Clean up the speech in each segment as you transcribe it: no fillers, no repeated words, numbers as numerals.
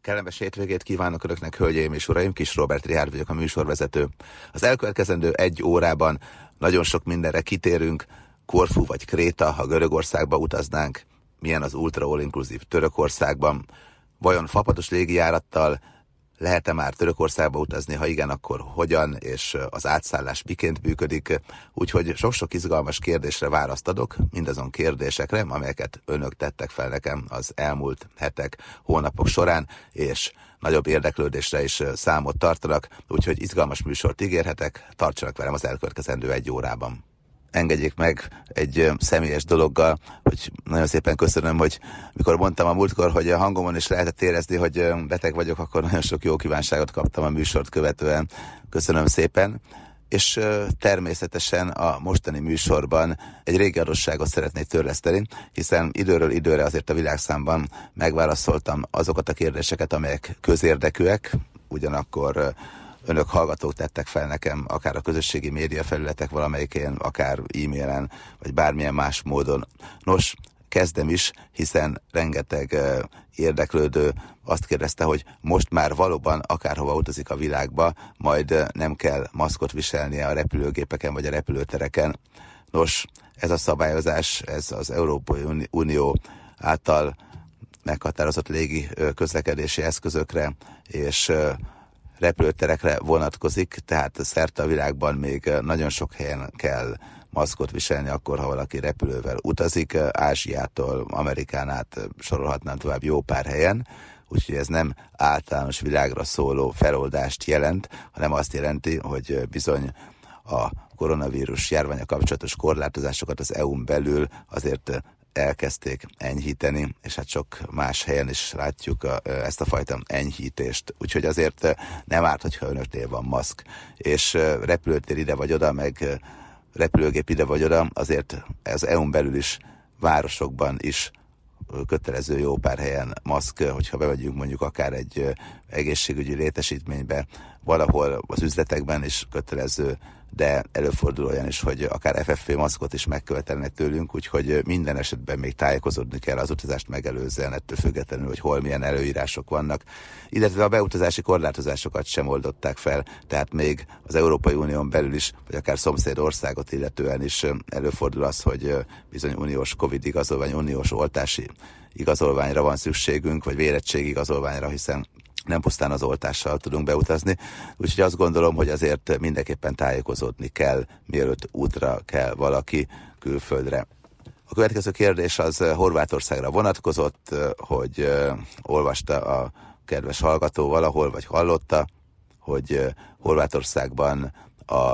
Kellemes hétvégét kívánok Önöknek, hölgyeim és uraim, Kis Róbert Richárd vagyok, a műsorvezető. Az elkövetkezendő egy órában nagyon sok mindenre kitérünk, Korfu vagy Kréta, ha Görögországba utaznánk, milyen az Ultra All Inclusive Törökországban, vajon fapados légijárattal lehet-e már Törökországba utazni, ha igen, akkor hogyan, és az átszállás miként működik. Úgyhogy sok-sok izgalmas kérdésre választ adok, mindazon kérdésekre, amelyeket önök tettek fel nekem az elmúlt hetek, hónapok során, és nagyobb érdeklődésre is számot tartanak, úgyhogy izgalmas műsort ígérhetek, tartsanak velem az elkövetkezendő egy órában. Engedjék meg egy személyes dologgal, hogy nagyon szépen köszönöm, hogy mikor mondtam a múltkor, hogy a hangomon is lehetett érezni, hogy beteg vagyok, akkor nagyon sok jó kívánságot kaptam a műsort követően. Köszönöm szépen. És természetesen a mostani műsorban egy régi adósságot szeretnék törleszteni, hiszen időről időre azért a Világszámban megválaszoltam azokat a kérdéseket, amelyek közérdekűek, ugyanakkor önök hallgatók tettek fel nekem, akár a közösségi média felületek valamelyikén, akár e-mailen, vagy bármilyen más módon. Nos, kezdem is, hiszen rengeteg érdeklődő azt kérdezte, hogy most már valóban akárhova utazik a világba, majd nem kell maszkot viselnie a repülőgépeken vagy a repülőtereken. Nos, ez a szabályozás, ez az Európai Unió által meghatározott légi közlekedési eszközökre és repülőterekre vonatkozik, tehát szerte a világban még nagyon sok helyen kell maszkot viselni akkor, ha valaki repülővel utazik, Ázsiától Amerikán át sorolhatnám tovább jó pár helyen, úgyhogy ez nem általános világra szóló feloldást jelent, hanem azt jelenti, hogy bizony a koronavírus járvánnyal kapcsolatos korlátozásokat az EU-n belül azért elkezdték enyhíteni, és hát sok más helyen is látjuk ezt a fajta enyhítést. Úgyhogy azért nem árt, hogyha önöknél van maszk. És repülőtér ide vagy oda, meg repülőgép ide vagy oda, azért az EU-n belül is, városokban is kötelező jó pár helyen maszk, hogyha bevegyünk mondjuk akár egy egészségügyi létesítménybe, valahol az üzletekben is kötelező, de előfordul olyan is, hogy akár FFP2 is megkövetelnek tőlünk, úgyhogy minden esetben még tájékozódni kell az utazást megelőzően, ettől függetlenül, hogy hol milyen előírások vannak. Illetve a beutazási korlátozásokat sem oldották fel, tehát még az Európai Unión belül is, vagy akár szomszéd országot illetően is előfordul az, hogy bizony uniós Covid igazolvány, uniós oltási igazolványra van szükségünk, vagy vérettségi igazolványra, hiszen nem pusztán az oltással tudunk beutazni, úgyhogy azt gondolom, hogy azért mindenképpen tájékozódni kell, mielőtt útra kell valaki külföldre. A következő kérdés az Horvátországra vonatkozott, hogy olvasta a kedves hallgató valahol, vagy hallotta, hogy Horvátországban a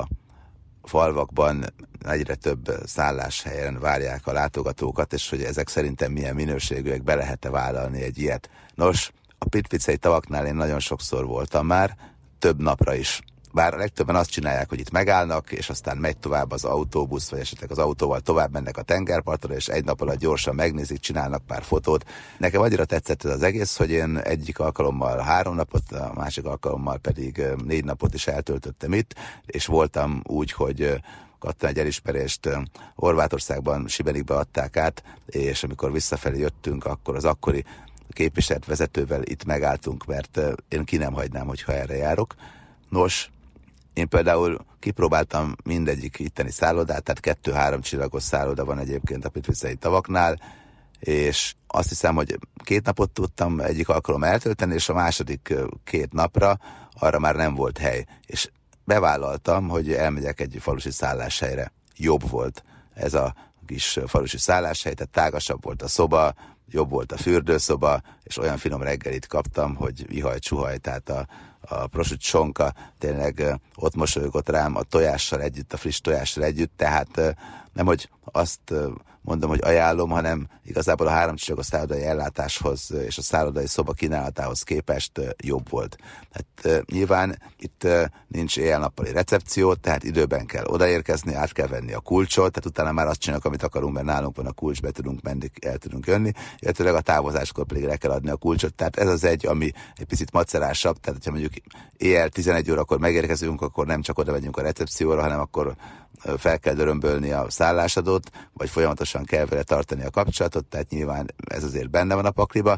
falvakban egyre több szálláshelyen várják a látogatókat, és hogy ezek szerintem milyen minőségűek, be lehet-e vállalni egy ilyet. Nos, a Plitvicei tavaknál én nagyon sokszor voltam már, több napra is. Bár a legtöbben azt csinálják, hogy itt megállnak, és aztán megy tovább az autóbusz, vagy esetleg az autóval tovább mennek a tengerpartra, és egy nap alatt gyorsan megnézik, csinálnak pár fotót. Nekem annyira tetszett ez az egész, hogy én egyik alkalommal 3 napot, a másik alkalommal pedig 4 napot is eltöltöttem itt, és voltam úgy, hogy kaptam egy elismerést, Horvátországban Šibenikbe adták át, és amikor visszafelé jöttünk, akkor az akkori képviselt vezetővel itt megálltunk, mert én ki nem hagynám, hogyha erre járok. Nos, én például kipróbáltam mindegyik itteni szállodát, tehát 2-3 csillagos szálloda van egyébként a Plitvicei tavaknál, és azt hiszem, hogy 2 napot tudtam egyik alkalom eltölteni, és a második 2 napra arra már nem volt hely. És bevállaltam, hogy elmegyek egy falusi szálláshelyre. Jobb volt ez a kis falusi szálláshely, tehát tágasabb volt a szoba, jobb volt a fürdőszoba, és olyan finom reggelit kaptam, hogy ihaj-csuhaj, tehát a prosciutto sonka tényleg ott mosolygott rám a tojással együtt, a friss tojással együtt, tehát nem, hogy azt mondom, hogy ajánlom, hanem igazából a 3 csillagos szállodai ellátáshoz és a szállodai szoba kínálatához képest jobb volt. Hát nyilván itt nincs éjjel-nappali recepció, tehát időben kell odaérkezni, át kell venni a kulcsot, tehát utána már azt csinálunk, amit akarunk, mert nálunk van a kulcs, be tudunk menni, el tudunk jönni, illetve a távozáskor pedig le kell adni a kulcsot, tehát ez az egy, ami egy picit macerásabb, tehát ha mondjuk éjjel 11 órakor megérkezünk, akkor nem csak oda megyünk a recepcióra, hanem akkor fel kell dörömbölni a szállásadót, vagy folyamatosan kell vele tartani a kapcsolatot, tehát nyilván ez azért benne van a pakliba.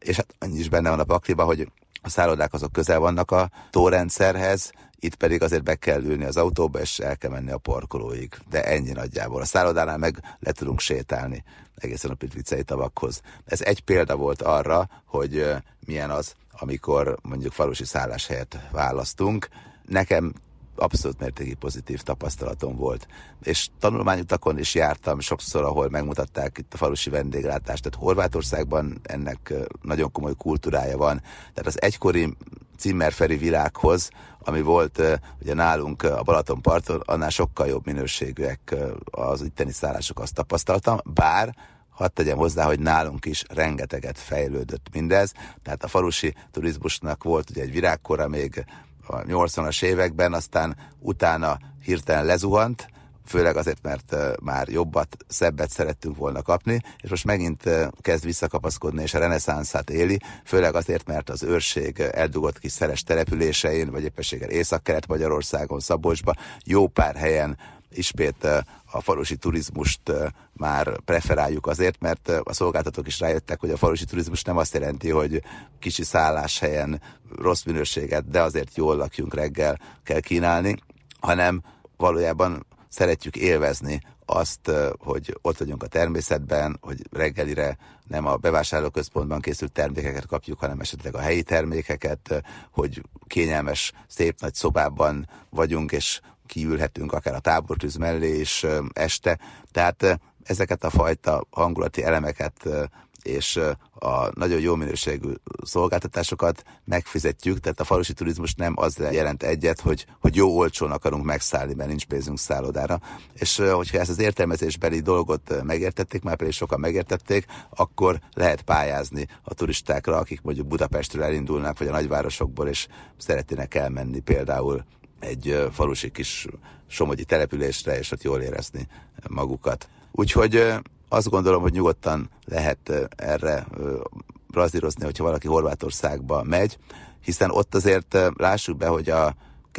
és hát annyi is benne van a pakliba, hogy a szállodák azok közel vannak a tórendszerhez, itt pedig azért be kell ülni az autóba, és el kell menni a parkolóig. De ennyi nagyjából. A szállodánál meg le tudunk sétálni egészen a Plitvicei tavakhoz. Ez egy példa volt arra, hogy milyen az, amikor mondjuk falusi szálláshelyet választunk. Nekem abszolút mértékig pozitív tapasztalatom volt. És tanulmányutakon is jártam sokszor, ahol megmutatták itt a falusi vendéglátást. Tehát Horvátországban ennek nagyon komoly kultúrája van. Tehát az egykori Zimmerferi világhoz, ami volt ugye nálunk a Balatonparton, annál sokkal jobb minőségűek az itteni szállások, azt tapasztaltam, bár hadd tegyem hozzá, hogy nálunk is rengeteget fejlődött mindez, tehát a falusi turizmusnak volt ugye egy virágkora még a 80-as években, aztán utána hirtelen lezuhant, főleg azért, mert már jobbat, szebbet szerettünk volna kapni, és most megint kezd visszakapaszkodni, és a reneszánszát éli, főleg azért, mert az őrség eldugott kis szeres településein, vagy éppenséggel Észak-Kelet-Magyarországon, Szabolcsba, jó pár helyen ismét a falusi turizmust már preferáljuk azért, mert a szolgáltatók is rájöttek, hogy a falusi turizmus nem azt jelenti, hogy kicsi szálláshelyen rossz minőséget, de azért jól lakjunk reggel kell kínálni, hanem valójában szeretjük élvezni azt, hogy ott vagyunk a természetben, hogy reggelire nem a bevásárlóközpontban készült termékeket kapjuk, hanem esetleg a helyi termékeket, hogy kényelmes, szép nagy szobában vagyunk, és kiülhetünk akár a tábortűz mellé is este. Tehát ezeket a fajta hangulati elemeket és a nagyon jó minőségű szolgáltatásokat megfizetjük, tehát a falusi turizmus nem az jelent egyet, hogy jó olcsón akarunk megszállni, mert nincs pénzünk szállodára. És hogyha ezt az értelmezésbeli dolgot megértették, már pedig sokan megértették, akkor lehet pályázni a turistákra, akik mondjuk Budapestről elindulnak, vagy a nagyvárosokból, és szeretnének elmenni például egy falusi kis somogyi településre, és ott jól érezni magukat. Úgyhogy azt gondolom, hogy nyugodtan lehet erre brazírozni, hogyha valaki Horvátországba megy, hiszen ott azért lássuk be, hogy a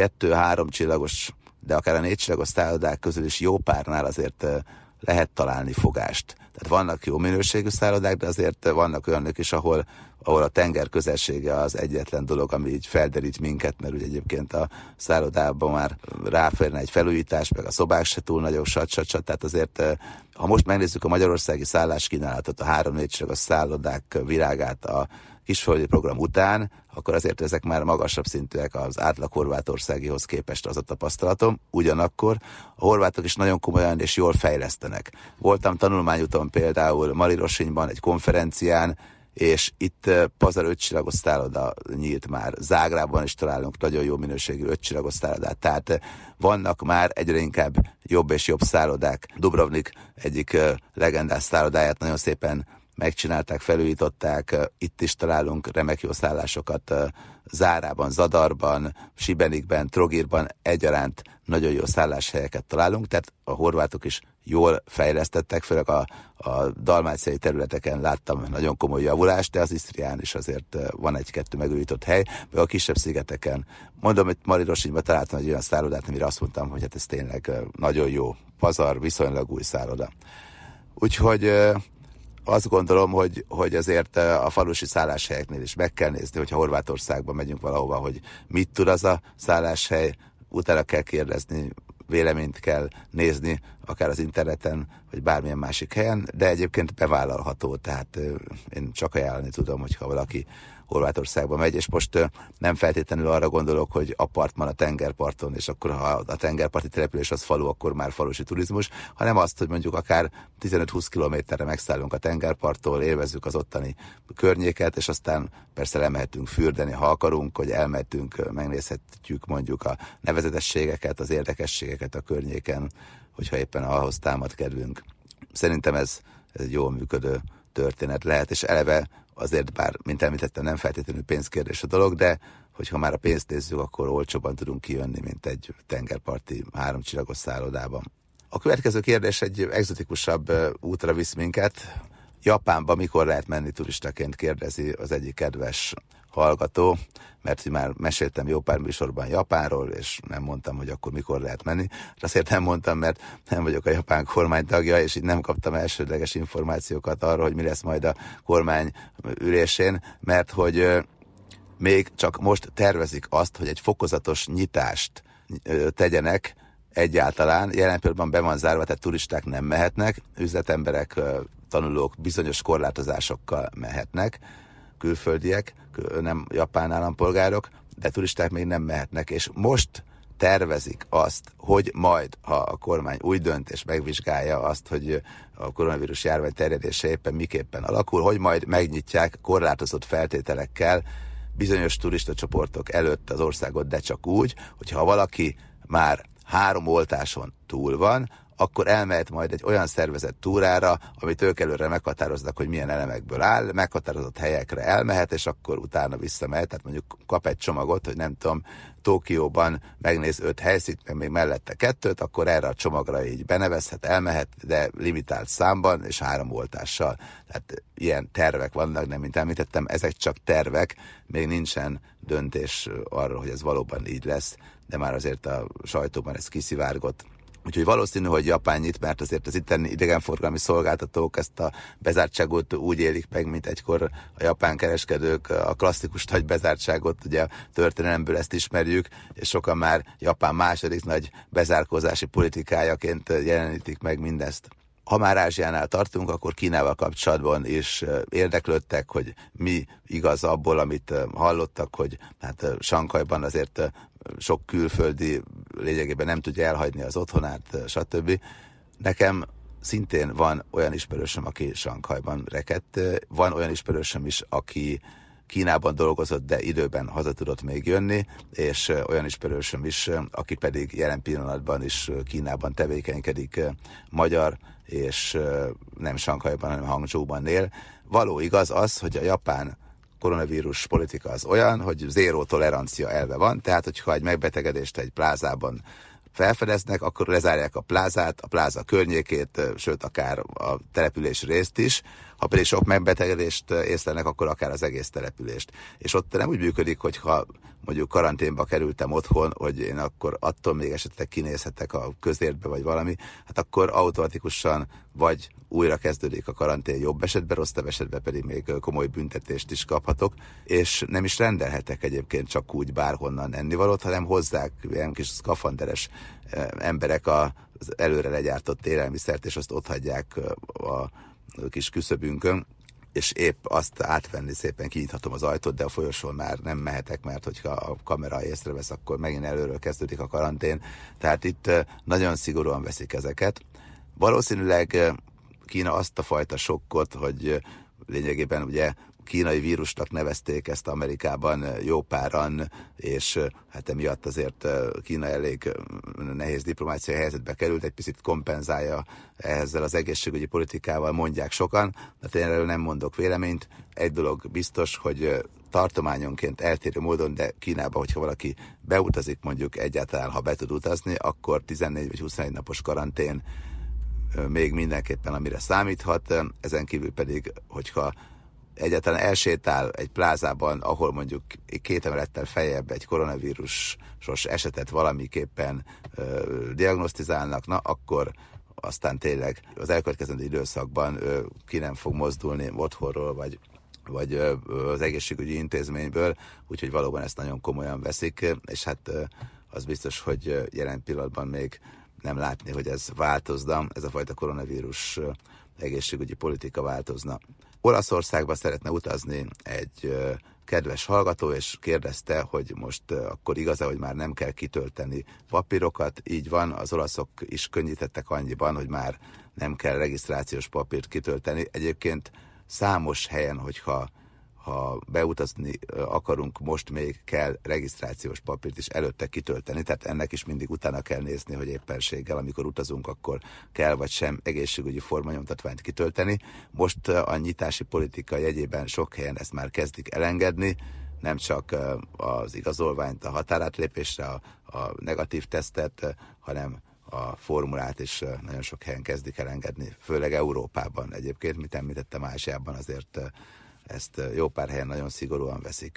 2-3 csillagos, de akár a 4 csillagos szállodák közül is jó párnál azért lehet találni fogást. Tehát vannak jó minőségű szállodák, de azért vannak olyanok is, ahol a tenger közelsége az egyetlen dolog, ami így felderít minket, mert ugye egyébként a szállodában már ráférne egy felújítás, meg a szobák se túl nagyok, stb. Tehát azért, ha most megnézzük a magyarországi szálláskínálatot, a 3-4 csillagos szállodák világát a kisföldi program után, akkor azért ezek már magasabb szintűek az átlag horvátországihoz képest, az a tapasztalatom. Ugyanakkor a horvátok is nagyon komolyan és jól fejlesztenek. Voltam tanulmányúton például Marirosinban egy konferencián, és itt pazar 5 csillagos szálloda nyílt már. Zágrában is találunk nagyon jó minőségű 5 csillagos szállodát. Tehát vannak már egyre inkább jobb és jobb szállodák. Dubrovnik egyik legendás szállodáját nagyon szépen megcsinálták, felújították, itt is találunk remek jó szállásokat, Zárában, Zadarban, Sibenikben, Trogirban egyaránt nagyon jó szálláshelyeket találunk, tehát a horvátok is jól fejlesztettek, főleg a dalmáciai területeken láttam nagyon komoly javulást, de az Isztrián is azért van egy-kettő megújított hely, meg a kisebb szigeteken. Mondom, hogy Marirosinban találtam egy olyan szállodát, amire azt mondtam, hogy hát ez tényleg nagyon jó, pazar, viszonylag új szálloda. Úgyhogy azt gondolom, hogy azért a falusi szálláshelyeknél is meg kell nézni, hogyha Horvátországba megyünk valahova, hogy mit tud az a szálláshely, utána kell kérdezni, véleményt kell nézni, akár az interneten, vagy bármilyen másik helyen, de egyébként bevállalható, tehát én csak ajánlani tudom, hogyha valaki Horvátországba megy, és most nem feltétlenül arra gondolok, hogy apartman a tengerparton, és akkor ha a tengerparti település az falu, akkor már falusi turizmus, hanem azt, hogy mondjuk akár 15-20 kilométerre megszállunk a tengerparttól, élvezzük az ottani környéket, és aztán persze lemehetünk fürdeni, ha akarunk, hogy elmehetünk, megnézhetjük mondjuk a nevezetességeket, az érdekességeket a környéken, hogyha éppen ahhoz támad kedvünk. Szerintem ez egy jól működő történet lehet, és eleve azért bár, mint említettem, nem feltétlenül pénzkérdés a dolog, de hogyha már a pénzt nézzük, akkor olcsóban tudunk kijönni, mint egy tengerparti 3 csillagos szállodában. A következő kérdés egy egzotikusabb útra visz minket. Japánba mikor lehet menni turistaként, kérdezi az egyik kedves hallgató, mert hogy már meséltem jó pár műsorban Japánról, és nem mondtam, hogy akkor mikor lehet menni. Azért nem mondtam, mert nem vagyok a japán kormány tagja, és így nem kaptam elsődleges információkat arról, hogy mi lesz majd a kormány ülésén, mert hogy még csak most tervezik azt, hogy egy fokozatos nyitást tegyenek egyáltalán. Jelen pillanatban be van zárva, tehát turisták nem mehetnek, üzletemberek, tanulók bizonyos korlátozásokkal mehetnek, külföldiek, nem japán állampolgárok, de turisták még nem mehetnek, és most tervezik azt, hogy majd, ha a kormány úgy dönt és megvizsgálja azt, hogy a koronavírus járvány terjedése éppen miképpen alakul, hogy majd megnyitják korlátozott feltételekkel bizonyos turistacsoportok előtt az országot, de csak úgy, hogyha valaki már 3 oltáson túl van, akkor elmehet majd egy olyan szervezett túrára, amit ők előre meghatároznak, hogy milyen elemekből áll, meghatározott helyekre elmehet, és akkor utána visszamehet, tehát mondjuk kap egy csomagot, hogy nem tudom, Tokióban megnéz 5 helyszínt, meg még mellette 2, akkor erre a csomagra így benevezhet, elmehet, de limitált számban, és 3 oltással. Tehát ilyen tervek vannak, de mint említettem, ezek csak tervek, még nincsen döntés arról, hogy ez valóban így lesz, de már azért a sajtóban ez kiszivárgott. Úgyhogy valószínű, hogy Japán nyit, mert azért az itteni idegenforgalmi szolgáltatók ezt a bezártságot úgy élik meg, mint egykor a japán kereskedők a klasszikus nagy bezártságot, ugye a történelemből ezt ismerjük, és sokan már Japán második nagy bezárkózási politikájaként jelenítik meg mindezt. Ha már Ázsiánál tartunk, akkor Kínával kapcsolatban is érdeklődtek, hogy mi igaz abból, amit hallottak, hogy hát Sanghajban azért sok külföldi lényegében nem tudja elhagyni az otthonát, stb. Nekem szintén van olyan ismerősöm, aki Sanghajban rekedt, van olyan ismerősöm is, aki Kínában dolgozott, de időben haza tudott még jönni, és olyan ismerősöm is, aki pedig jelen pillanatban is Kínában tevékenykedik, magyar, és nem Sanghajban, hanem Hangzsouban él. Való igaz az, hogy a japán koronavírus politika az olyan, hogy zéró tolerancia elve van, tehát hogyha egy megbetegedést egy plázában felfedeznek, akkor lezárják a plázát, a pláza környékét, sőt akár a település részt is. Ha pedig sok megbetegedést észlelnek, akkor akár az egész települést. És ott nem úgy működik, hogyha mondjuk karanténba kerültem otthon, hogy én akkor attól még esetleg kinézhetek a közértbe vagy valami, hát akkor automatikusan vagy újra kezdődik a karantén jobb esetben, rosszabb esetben pedig még komoly büntetést is kaphatok, és nem is rendelhetek egyébként csak úgy bárhonnan ennivalót, hanem hozzák ilyen kis szkafanderes emberek az előre legyártott élelmiszert, és azt ott hagyják a kis küszöbünkön, és épp azt átvenni szépen kinyithatom az ajtót, de a folyosón már nem mehetek, mert hogyha a kamera észrevesz, akkor megint előről kezdődik a karantén. Tehát itt nagyon szigorúan veszik ezeket. Valószínűleg Kína azt a fajta sokkot, hogy lényegében ugye kínai vírusnak nevezték ezt Amerikában jó páran, és hát emiatt azért Kína elég nehéz diplomáciai helyzetbe került, egy picit kompenzálja ezzel az egészségügyi politikával, mondják sokan, de én erről nem mondok véleményt. Egy dolog biztos, hogy tartományonként eltérő módon, de Kínába, hogyha valaki beutazik, mondjuk egyáltalán, ha be tud utazni, akkor 14 vagy 21 napos karantén még mindenképpen amire számíthat, ezen kívül pedig, hogyha egyáltalán elsétál egy plázában, ahol mondjuk 2 emelettel feljebb egy koronavírusos esetet valamiképpen diagnosztizálnak, na akkor aztán tényleg az elkövetkezendő időszakban ki nem fog mozdulni otthonról, vagy az egészségügyi intézményből, úgyhogy valóban ezt nagyon komolyan veszik, és hát az biztos, hogy jelen pillanatban még nem látni, hogy ez változna, ez a fajta koronavírus egészségügyi politika változna. Olaszországba szeretne utazni egy kedves hallgató, és kérdezte, hogy most akkor igaz-e, hogy már nem kell kitölteni papírokat. Így van, az olaszok is könnyítettek annyiban, hogy már nem kell regisztrációs papírt kitölteni. Egyébként számos helyen, hogyha beutazni akarunk, most még kell regisztrációs papírt is előtte kitölteni, tehát ennek is mindig utána kell nézni, hogy éppenséggel, amikor utazunk, akkor kell vagy sem egészségügyi formanyomtatványt kitölteni. Most a nyitási politika jegyében sok helyen ezt már kezdik elengedni, nem csak az igazolványt, a határátlépésre, a negatív tesztet, hanem a formulát is nagyon sok helyen kezdik elengedni, főleg Európában egyébként, mint említettem, Ázsiában azért ezt jó pár helyen nagyon szigorúan veszik.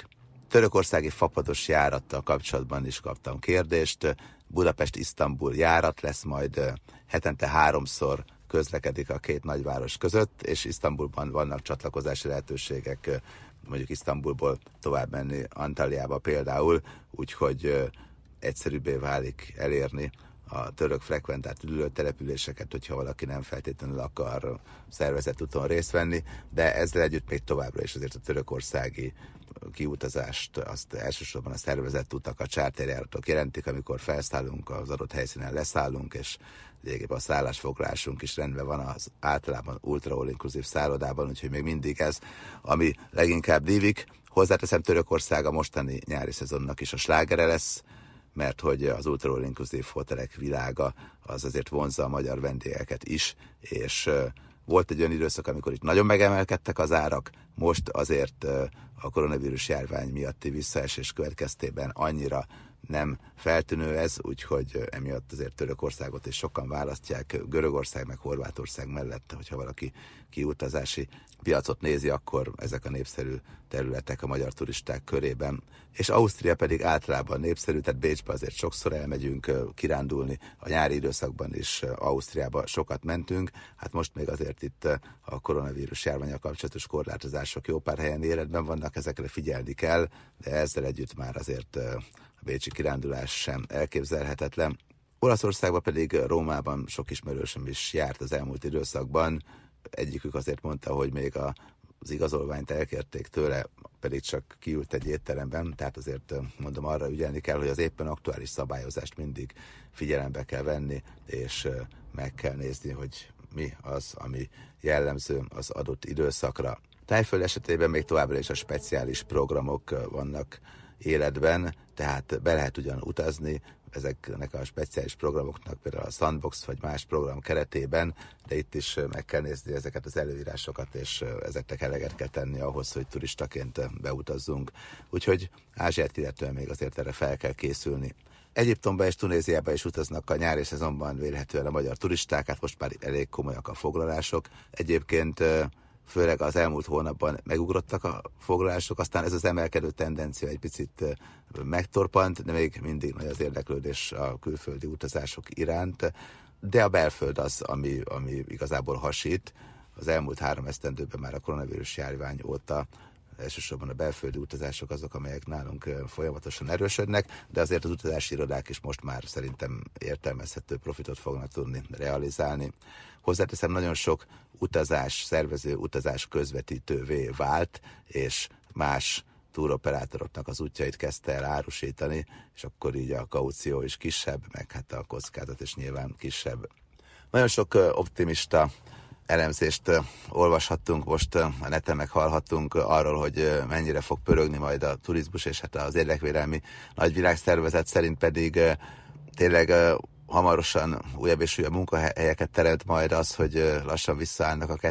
Törökországi fapados járattal kapcsolatban is kaptam kérdést. Budapest-Isztambul járat lesz, majd hetente 3-szor közlekedik a két nagyváros között, és Isztambulban vannak csatlakozási lehetőségek, mondjuk Isztambulból tovább menni Antalyaba például, úgyhogy egyszerűbbé válik elérni a török frekventált ülőtelepüléseket, hogyha valaki nem feltétlenül akar szervezett úton részt venni, de ezzel együtt még továbbra is azért a törökországi kiutazást azt elsősorban a szervezett utak, a charterjáratok jelentik, amikor felszállunk, az adott helyszínen leszállunk, és lényegében a szállásfoglalásunk is rendben van az általában ultra all-inclusive szállodában, úgyhogy még mindig ez, ami leginkább dívik. Hozzáteszem, Törökország a mostani nyári szezonnak is a slágere lesz, mert hogy az ultra all-inclusive hotelek világa az azért vonzza a magyar vendégeket is, és volt egy olyan időszak, amikor itt nagyon megemelkedtek az árak, most azért a koronavírus járvány miatti visszaesés következtében annyira nem feltűnő ez, úgyhogy emiatt azért Törökországot is sokan választják, Görögország meg Horvátország mellett, hogyha valaki kiutazási piacot nézi, akkor ezek a népszerű területek a magyar turisták körében. És Ausztria pedig általában népszerű, tehát Bécsbe azért sokszor elmegyünk kirándulni, a nyári időszakban is Ausztriába sokat mentünk, hát most még azért itt a koronavírus járvánnyal kapcsolatos korlátozások jó pár helyen életben vannak, ezekre figyelni kell, de ezzel együtt már azért a bécsi kirándulás sem elképzelhetetlen. Olaszországban pedig Rómában sok ismerősöm is járt az elmúlt időszakban. Egyikük azért mondta, hogy még az igazolványt elkérték tőle, pedig csak kiült egy étteremben, tehát azért mondom, arra ügyelni kell, hogy az éppen aktuális szabályozást mindig figyelembe kell venni, és meg kell nézni, hogy mi az, ami jellemző az adott időszakra. Tájföld esetében még továbbra is a speciális programok vannak életben, tehát be lehet ugyan utazni ezeknek a speciális programoknak, például a Sandbox vagy más program keretében, de itt is meg kell nézni ezeket az előírásokat, és ezeknek eleget kell tenni ahhoz, hogy turistaként beutazzunk. Úgyhogy Ázsiát illetően még azért erre fel kell készülni. Egyiptomba és Tunéziába is utaznak a nyári szezonban vélhetően a magyar turisták, hát most már elég komolyak a foglalások. Egyébként főleg az elmúlt hónapban megugrottak a foglalások, aztán ez az emelkedő tendencia egy picit megtorpant, de még mindig nagy az érdeklődés a külföldi utazások iránt, de a belföld az, ami igazából hasít. Az elmúlt 3 esztendőben már a koronavírus járvány óta elsősorban a belföldi utazások azok, amelyek nálunk folyamatosan erősödnek, de azért az utazási irodák is most már szerintem értelmezhető profitot fognak tudni realizálni. Hozzáteszem, nagyon sok utazás szervező, utazás közvetítővé vált, és más túroperátoroknak az útjait kezdte el árusítani, és akkor így a kaució is kisebb, meg hát a kockázat is nyilván kisebb. Nagyon sok optimista elemzést olvashattunk most, a neten meg hallhattunk arról, hogy mennyire fog pörögni majd a turizmus, és hát az érdekvédelmi nagyvilágszervezet szerint pedig tényleg hamarosan újabb és újabb munkahelyeket teremt majd az, hogy lassan visszaállnak a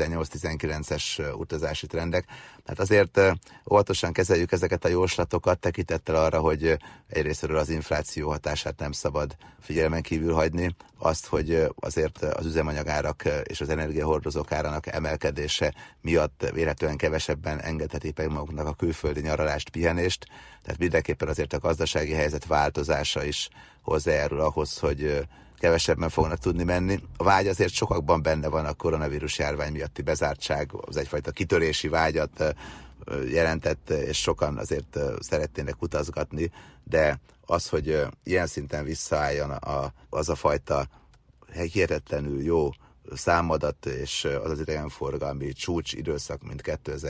2018-19-es utazási trendek. Hát azért óvatosan kezeljük ezeket a jóslatokat, tekintettel arra, hogy egyrésztről az infláció hatását nem szabad figyelmen kívül hagyni, azt, hogy azért az üzemanyagárak és az energiahordozók árának emelkedése miatt vélhetően kevesebben engedhetik meg maguknak a külföldi nyaralást, pihenést, tehát mindenképpen azért a gazdasági helyzet változása is hozzájárul ahhoz, hogy kevesebben fognak tudni menni. A vágy azért sokakban benne van, a koronavírus járvány miatti bezártság, az egyfajta kitörési vágyat jelentett, és sokan azért szeretnének utazgatni, de az, hogy ilyen szinten visszaálljon az a fajta hihetetlenül jó számadat, és az az idegenforgalmi csúcs időszak, mint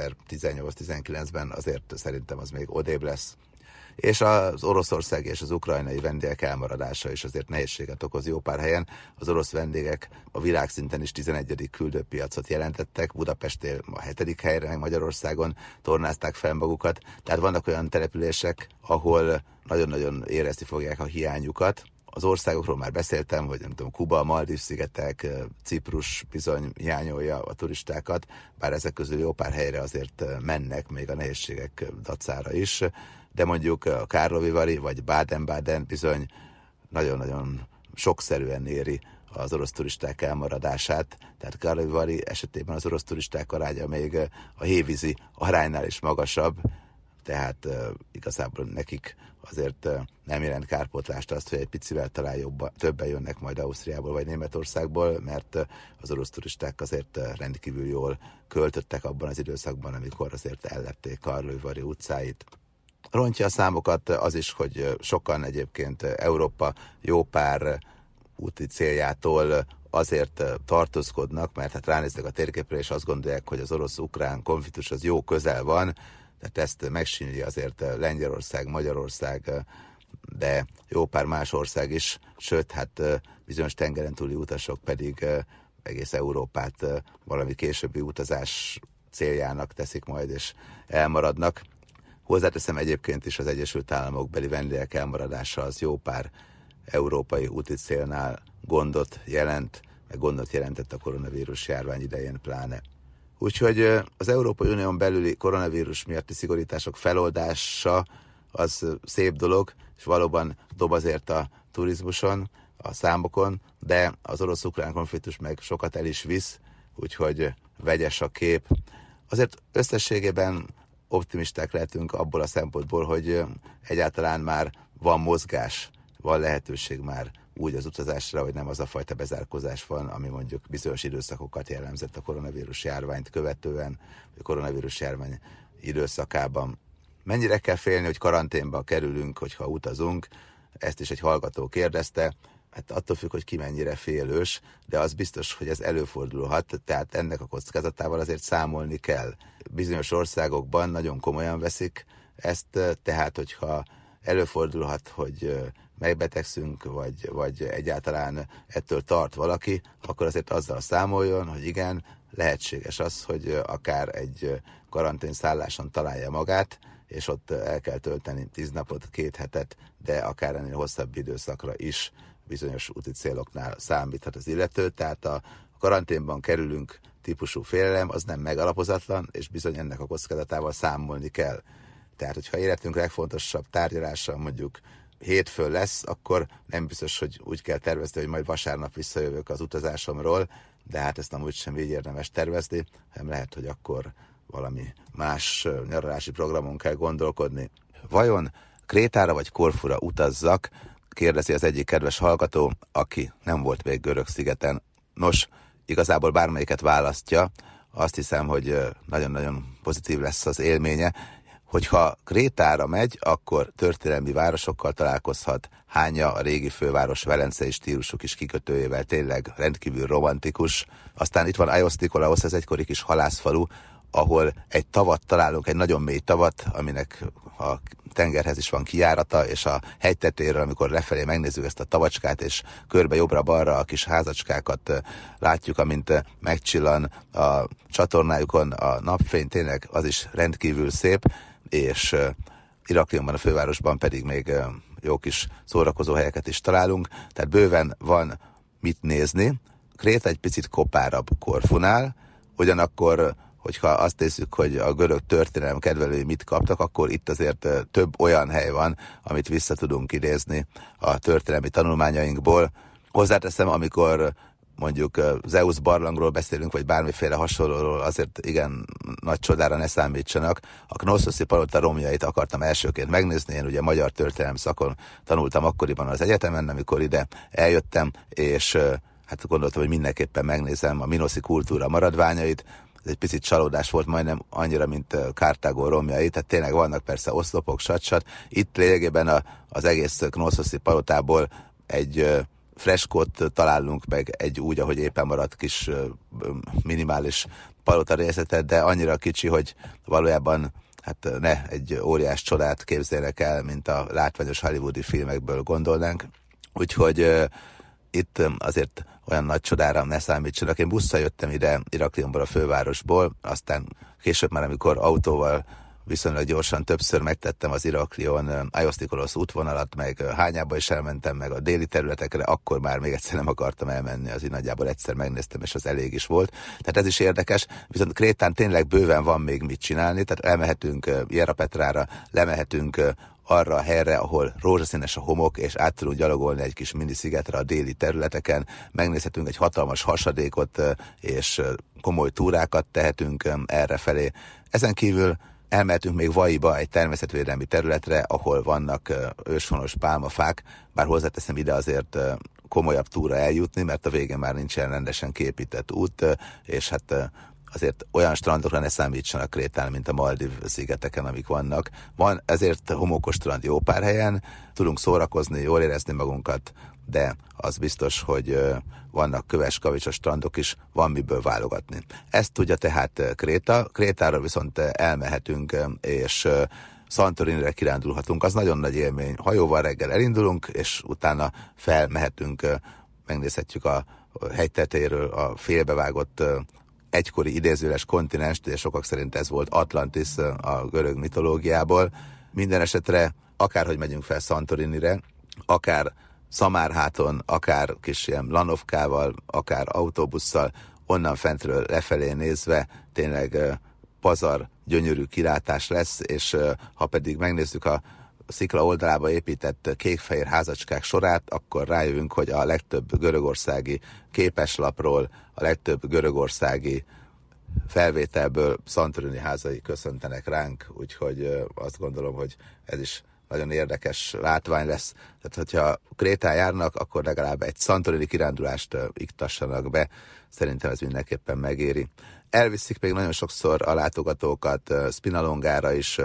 2018-19-ben, azért szerintem az még odébb lesz. És az oroszországi és az ukrajnai vendégek elmaradása is azért nehézséget okoz jó pár helyen. Az orosz vendégek a világszinten is 11. küldőpiacot jelentettek, Budapestnél a 7. helyre, meg Magyarországon tornázták fel magukat. Tehát vannak olyan települések, ahol nagyon-nagyon érezni fogják a hiányukat. Az országokról már beszéltem, hogy nem tudom, Kuba, Maldív-szigetek, Ciprus bizony hiányolja a turistákat, bár ezek közül jó pár helyre azért mennek, még a nehézségek dacára is, de mondjuk a Karlovy Vary vagy Baden-Baden bizony nagyon-nagyon sokszerűen éri az orosz turisták elmaradását. Tehát Karlovy Vary esetében az orosz turisták aránya még a hévízi aránynál is magasabb. tehát igazából nekik azért nem jelent kárpótlást azt, hogy egy picivel talán többen jönnek majd Ausztriából vagy Németországból, mert az orosz turisták azért rendkívül jól költöttek abban az időszakban, amikor azért ellepték Karlói utcáit. Rontja a számokat az is, hogy sokan egyébként Európa jó pár úti céljától azért tartózkodnak, mert hát ránéznek a térképre, és azt gondolják, hogy az orosz-ukrán konfliktus az jó közel van, tehát ezt megsínli azért Lengyelország, Magyarország, de jó pár más ország is, sőt, hát bizonyos tengeren túli utasok pedig egész Európát valami későbbi utazás céljának teszik majd, és elmaradnak. Hozzáteszem, egyébként is az Egyesült Államok beli vendégek elmaradása az jó pár európai úti célnál gondot jelentett a koronavírus járvány idején pláne. Úgyhogy az Európai Unión belüli koronavírus miatti szigorítások feloldása az szép dolog, és valóban dob azért a turizmuson, a számokon, de az orosz-ukrán konfliktus meg sokat el is visz, úgyhogy vegyes a kép. Azért összességében optimisták lehetünk abból a szempontból, hogy egyáltalán már van mozgás, van lehetőség már úgy az utazásra, hogy nem az a fajta bezárkózás van, ami mondjuk bizonyos időszakokat jellemzett a koronavírus járványt követően, vagy a koronavírus járvány időszakában. Mennyire kell félni, hogy karanténba kerülünk, hogyha utazunk? Ezt is egy hallgató kérdezte. Hát attól függ, hogy ki mennyire félős, de az biztos, hogy ez előfordulhat, tehát ennek a kockázatával azért számolni kell. Bizonyos országokban nagyon komolyan veszik ezt, tehát hogyha előfordulhat, hogy megbetegszünk, vagy egyáltalán ettől tart valaki, akkor azért azzal számoljon, hogy igen, lehetséges az, hogy akár egy karanténszálláson találja magát, és ott el kell tölteni 10 napot, 2 hetet, de akár ennél hosszabb időszakra is bizonyos úti céloknál számíthat az illető, tehát a karanténban kerülünk típusú félelem, az nem megalapozatlan, és bizony ennek a kockázatával számolni kell. Tehát, hogyha életünk legfontosabb tárgyalása mondjuk hétfőn lesz, akkor nem biztos, hogy úgy kell tervezni, hogy majd vasárnap visszajövök az utazásomról, de hát ezt amúgy sem így érdemes tervezni, hanem lehet, hogy akkor valami más nyaralási programon kell gondolkodni. Vajon Krétára vagy Korfura utazzak? Kérdezi az egyik kedves hallgató, aki nem volt még Görög-szigeten. Nos, igazából bármelyiket választja, azt hiszem, hogy nagyon-nagyon pozitív lesz az élménye. Hogyha Krétára megy, akkor történelmi városokkal találkozhat, Hánya, a régi főváros velencei stílusú kis kikötőjével, tényleg rendkívül romantikus. Aztán itt van Ayios Nikolaos, ez egykori kis halászfalu, ahol egy tavat találunk, egy nagyon mély tavat, aminek a tengerhez is van kijárata, és a hegy tetejéről, amikor lefelé megnézzük ezt a tavacskát, és körbe jobbra-balra a kis házacskákat látjuk, amint megcsillan a csatornájukon a napfény, tényleg az is rendkívül szép, és Iraklionban, a fővárosban pedig még jó kis szórakozó helyeket is találunk, tehát bőven van mit nézni. Kréta egy picit kopárabb Korfunál, ugyanakkor, hogyha azt nézzük, hogy a görög történelem kedvelői mit kaptak, akkor itt azért több olyan hely van, amit vissza tudunk idézni a történelmi tanulmányainkból. Hozzáteszem, amikor mondjuk Zeus barlangról beszélünk, vagy bármiféle hasonlóról, azért igen nagy csodára ne számítsanak. A Knosszoszi palota romjait akartam elsőként megnézni, én ugye magyar történelem szakon tanultam akkoriban az egyetemen, amikor ide eljöttem, és hát gondoltam, hogy mindenképpen megnézem a minoszi kultúra maradványait. Ez egy picit csalódás volt, majdnem annyira, mint Kartágó romjai, tehát tényleg vannak persze oszlopok, satsat. Itt lényegében az egész Knosszoszi palotából egy freskót találunk meg, egy úgy, ahogy éppen maradt kis minimális palota részletet, de annyira kicsi, hogy valójában hát ne egy óriás csodát képzeljenek el, mint a látványos hollywoodi filmekből gondolnánk. Úgyhogy itt azért olyan nagy csodára ne számítsanak. Én busszal jöttem ide Iraklionból, a fővárosból, aztán később már, amikor autóval viszonylag gyorsan többször megtettem az Iraklion Ayios Nikolaos útvonalat, meg Hányába is elmentem, meg a déli területekre, akkor már még egyszer nem akartam elmenni, azért nagyjából egyszer megnéztem, és az elég is volt. Tehát ez is érdekes, viszont Krétán tényleg bőven van még mit csinálni, tehát elmehetünk Hierapetrára, lemehetünk arra a helyre, ahol rózsaszínes a homok, és át tudunk gyalogolni egy kis mini szigetre a déli területeken, megnézhetünk egy hatalmas hasadékot, és komoly túrákat tehetünk errefelé. Ezen kívül Elmehetünk még Vaiba, egy természetvédelmi területre, ahol vannak őshonos pálmafák, bár hozzáteszem, ide azért komolyabb túra eljutni, mert a végén már nincsen rendesen kiépített út, és hát azért olyan strandokra ne számítsanak Krétán, mint a Maldív szigeteken, amik vannak. Van ezért homokos strand jó pár helyen, tudunk szórakozni, jól érezni magunkat, de az biztos, hogy vannak köves, kavicsos strandok is, van miből válogatni. Ezt tudja tehát Kréta. Krétára viszont elmehetünk, és Santorinire kirándulhatunk. Az nagyon nagy élmény. Hajóval reggel elindulunk, és utána felmehetünk, megnézhetjük a hegytetejéről a félbevágott egykori idézőles kontinenst, és sokak szerint ez volt Atlantis a görög mitológiából. Minden esetre akárhogy megyünk fel Santorinire, akár Szamárháton, akár kis ilyen lanovkával, akár autóbusszal, onnan fentről lefelé nézve tényleg pazar, gyönyörű kilátás lesz, és ha pedig megnézzük a szikla oldalába épített kék-fehér házacskák sorát, akkor rájövünk, hogy a legtöbb görögországi képeslapról, a legtöbb görögországi felvételből Santorini házai köszöntenek ránk, úgyhogy azt gondolom, hogy ez is nagyon érdekes látvány lesz. Tehát, hogyha Krétán járnak, akkor legalább egy Santorini kirándulást iktassanak be. Szerintem ez mindenképpen megéri. Elviszik még nagyon sokszor a látogatókat Spinalongára is,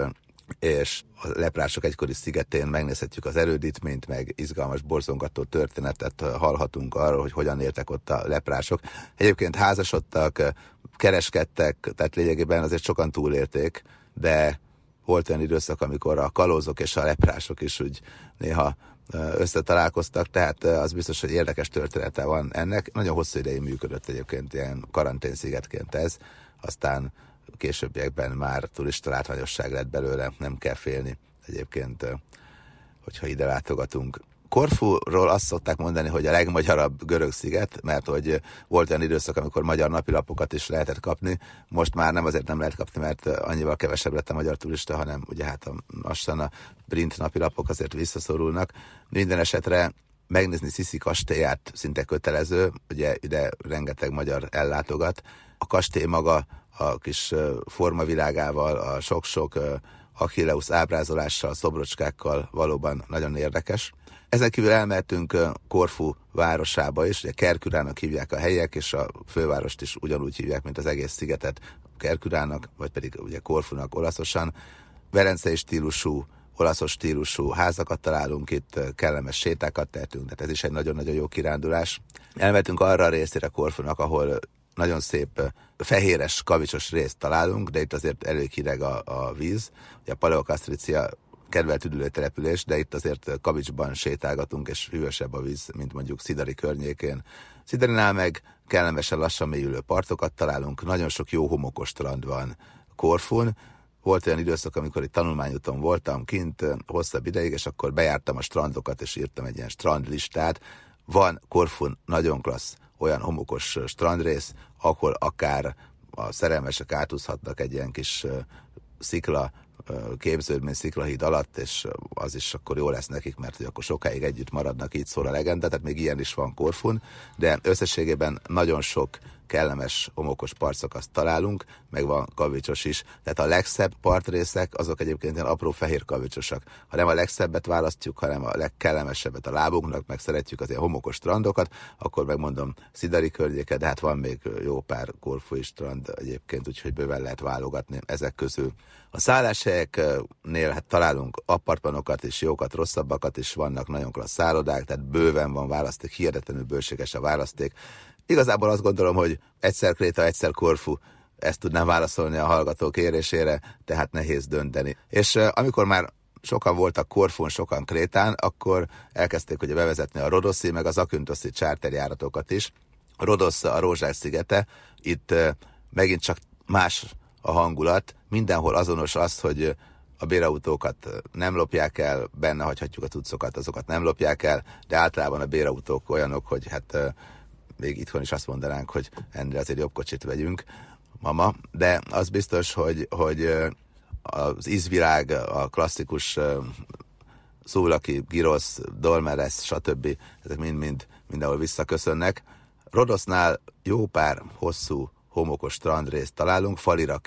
és a leprások egykori szigetén megnézhetjük az erődítményt, meg izgalmas, borzongató történetet hallhatunk arról, hogy hogyan éltek ott a leprások. Egyébként házasodtak, kereskedtek, tehát lényegében azért sokan túlélték, de volt olyan időszak, amikor a kalózok és a leprások is úgy néha összetalálkoztak, tehát az biztos, hogy érdekes története van ennek. Nagyon hosszú ideig működött egyébként ilyen karanténszigetként ez, aztán későbbiekben már turista látványosság lett belőle, nem kell félni egyébként, hogyha ide látogatunk. Korfuról azt szokták mondani, hogy a legmagyarabb görög sziget, mert hogy volt olyan időszak, amikor magyar napilapokat is lehetett kapni. Most már nem azért nem lehet kapni, mert annyival kevesebb lett a magyar turista, hanem ugye hát lassan a print napilapok azért visszaszorulnak. Minden esetre megnézni Sziszi kastélyát szinte kötelező, ugye ide rengeteg magyar ellátogat. A kastély maga a kis formavilágával, a sok-sok Achilleus ábrázolással, szobrocskákkal valóban nagyon érdekes. Ezen kívül elmehetünk Korfu városába is, ugye Kerkyrának hívják a helyiek, és a fővárost is ugyanúgy hívják, mint az egész szigetet, Kerkyrának, vagy pedig ugye Korfunak olaszosan. Velencei stílusú, olaszos stílusú házakat találunk itt, kellemes sétákat tehetünk, tehát ez is egy nagyon-nagyon jó kirándulás. Elmehetünk arra a részére Korfunak, ahol nagyon szép fehéres, kavicsos részt találunk, de itt azért elég hideg a víz. Ugye a Paleokastricia kedvelt üdülőtelepülés, de itt azért kavicsban sétálgatunk, és hűvösebb a víz, mint mondjuk Szidari környékén. Szidarinál meg kellemesen lassan mélyülő partokat találunk, nagyon sok jó homokos strand van Korfun. Volt olyan időszak, amikor itt tanulmányúton voltam kint hosszabb ideig, és akkor bejártam a strandokat, és írtam egy ilyen strandlistát. Van Korfun nagyon klassz olyan homokos strandrész, ahol akár a szerelmesek átúszhatnak egy ilyen kis szikla képződmény sziklahíd alatt, és az is akkor jó lesz nekik, mert hogy akkor sokáig együtt maradnak, így szól a legenda, tehát még ilyen is van Korfun, de összességében nagyon sok kellemes, homokos partszakaszt találunk, meg van kavicsos is. Tehát a legszebb partrészek, azok egyébként ilyen apró fehér kavicsosak. Ha nem a legszebbet választjuk, hanem a legkellemesebbet a lábunknak, meg szeretjük az ilyen homokos strandokat, akkor megmondom Szidari környéke, de hát van még jó pár korfui strand egyébként, úgyhogy bőven lehet válogatni ezek közül. A szálláshelyeknél hát találunk apartmanokat is, jókat, rosszabbakat is, vannak nagyon klassz szállodák, tehát bőven van választék, hihetetlenül bőséges a választék. Igazából azt gondolom, hogy egyszer Kréta, egyszer Korfu, ezt tudnám válaszolni a hallgató kérésére, tehát nehéz dönteni. És amikor már sokan voltak Korfun, sokan Krétán, akkor elkezdték ugye bevezetni a Rodoszi, meg az Zaküntoszi charterjáratokat is. Rodosz a Rózsás szigete, itt megint csak más a hangulat, mindenhol azonos az, hogy a bérautókat nem lopják el, benne hagyhatjuk a cuccokat, azokat nem lopják el, de általában a bérautók olyanok, hogy hát még itthon is azt mondanánk, hogy ennél azért jobb kocsit vegyünk, mama, de az biztos, hogy az ízvilág, a klasszikus Szulaki, Girosz, Dolmeres, stb. Ezek mind mindenhol visszaköszönnek. Rodosznál jó pár hosszú, homokos strandrészt találunk, Faliraki